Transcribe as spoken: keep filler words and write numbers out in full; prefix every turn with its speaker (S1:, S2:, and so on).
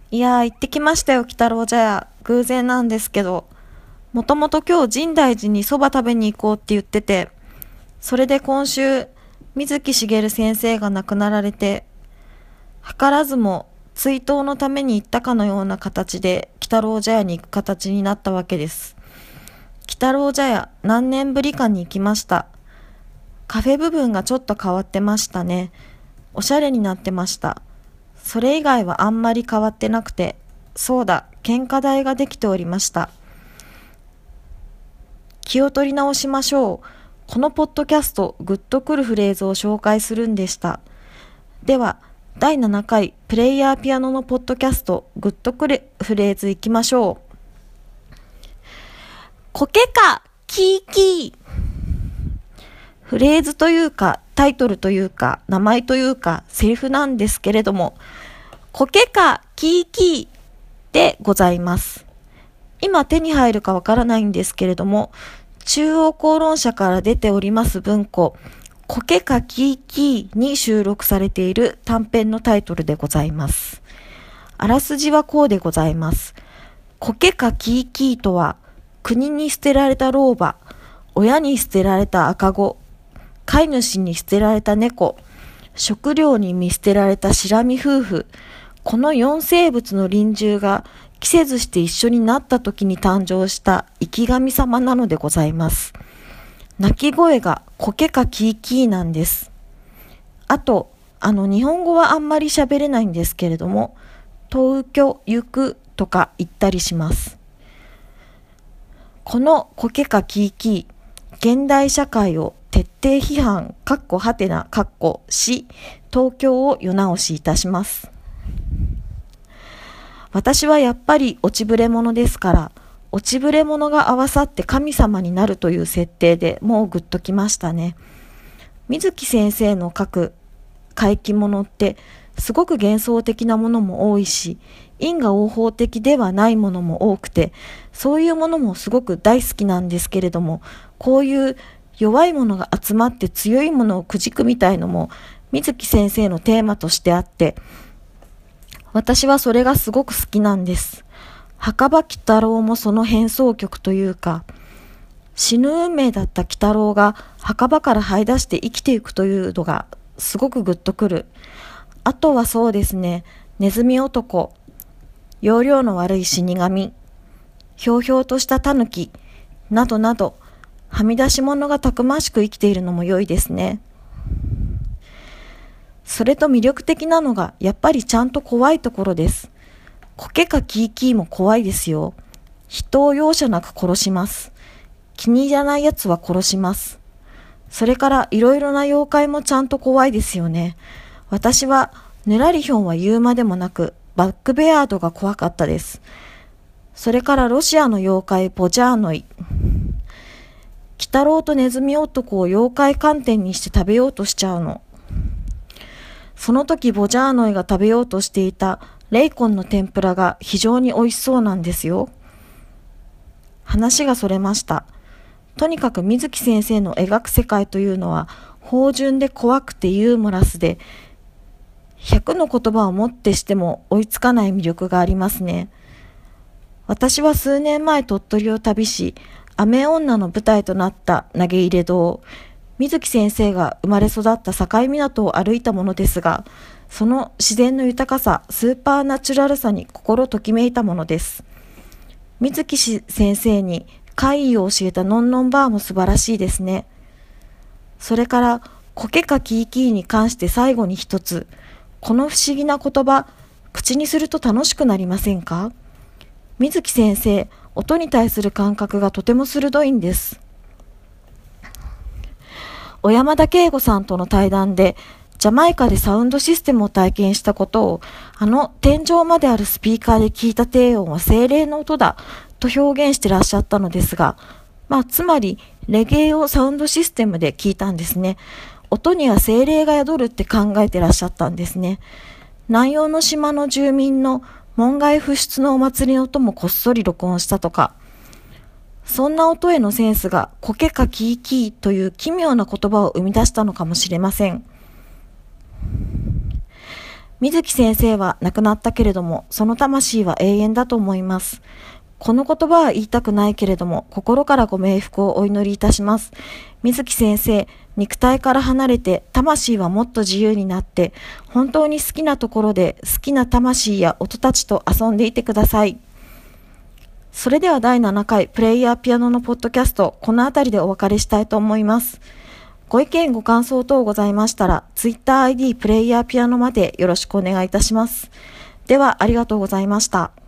S1: いやー、行ってきましたよ、鬼太郎茶屋。偶然なんですけど。もともと今日深大寺に蕎麦食べに行こうって言ってて、それで今週、水木しげる先生が亡くなられて、図らずも追悼のために行ったかのような形で、鬼太郎茶屋に行く形になったわけです。鬼太郎茶屋、何年ぶりかに行きました。カフェ部分がちょっと変わってましたね。おしゃれになってました。それ以外はあんまり変わってなくて、そうだ、献花台ができておりました。気を取り直しましょう。このポッドキャスト、グッとくるフレーズを紹介するんでした。では、だいななかいプレイヤーピアノのポッドキャスト、グッとくるフレーズいきましょう。コケか、キーキー。フレーズというか、タイトルというか、名前というか、セリフなんですけれども、コケか、キーキーでございます。今手に入るかわからないんですけれども、中央公論社から出ております文庫、コケかキーキーに収録されている短編のタイトルでございます。あらすじはこうでございます。コケかキーキーとは、国に捨てられた老婆、親に捨てられた赤子、飼い主に捨てられた猫、食料に見捨てられたしらみ夫婦、この四生物の臨終が期せずして一緒になった時に誕生した生き神様なのでございます。鳴き声がコケかキーキーなんです。あと、あの日本語はあんまり喋れないんですけれども、東京行くとか言ったりします。このコケかキーキー、現代社会を徹底批判、かっこはてな、かっこし、東京を世直しいたします。私はやっぱり落ちぶれ者ですから、落ちぶれ者が合わさって神様になるという設定でもうグッときましたね。水木先生の書く怪奇物ってすごく幻想的なものも多いし、因果応報的ではないものも多くて、そういうものもすごく大好きなんですけれども、こういう弱いものが集まって強いものをくじくみたいのも水木先生のテーマとしてあって、私はそれがすごく好きなんです。墓場鬼太郎もその変奏曲というか、死ぬ運命だった鬼太郎が墓場から這い出して生きていくというのがすごくグッとくる。あとはそうですね、ネズミ男、要領の悪い死神、ひょうひょうとした狸、などなど、はみ出し者がたくましく生きているのも良いですね。それと魅力的なのがやっぱりちゃんと怖いところです。コケかキーキーも怖いですよ。人を容赦なく殺します。気に入らないやつは殺します。それからいろいろな妖怪もちゃんと怖いですよね。私はヌラリヒョンは言うまでもなくバックベアードが怖かったです。それからロシアの妖怪ボジャーノイ。鬼太郎とネズミ男を妖怪寒天にして食べようとしちゃうの。その時ボジャーノイが食べようとしていたレイコンの天ぷらが非常に美味しそうなんですよ。話がそれました。とにかく水木先生の描く世界というのは芳醇で怖くてユーモラスで、ひゃくの言葉をもってしても追いつかない魅力がありますね。私は数年前鳥取を旅し、雨女の舞台となった投げ入れ堂、水木先生が生まれ育った境港を歩いたものですが、その自然の豊かさ、スーパーナチュラルさに心ときめいたものです。水木先生に怪異を教えたのんのんばあも素晴らしいですね。それからコケかキーキーに関して最後に一つ、この不思議な言葉、口にすると楽しくなりませんか？水木先生、音に対する感覚がとても鋭いんです。小山田圭吾さんとの対談で、ジャマイカでサウンドシステムを体験したことを、あの天井まであるスピーカーで聞いた低音は精霊の音だと表現してらっしゃったのですが、まあつまりレゲエをサウンドシステムで聞いたんですね。音には精霊が宿るって考えてらっしゃったんですね。南洋の島の住民の門外不出のお祭りの音もこっそり録音したとか、そんな音へのセンスがコケかキーキーという奇妙な言葉を生み出したのかもしれません。 水木先生は亡くなったけれども、その魂は永遠だと思います。この言葉は言いたくないけれども、心からご冥福をお祈りいたします。水木先生、肉体から離れて、魂はもっと自由になって、本当に好きなところで好きな魂や音たちと遊んでいてください。それではだいななかいプレイヤーピアノのポッドキャスト、このあたりでお別れしたいと思います。ご意見ご感想等ございましたら、ツイッターアイディー プレイヤーピアノまでよろしくお願いいたします。ではありがとうございました。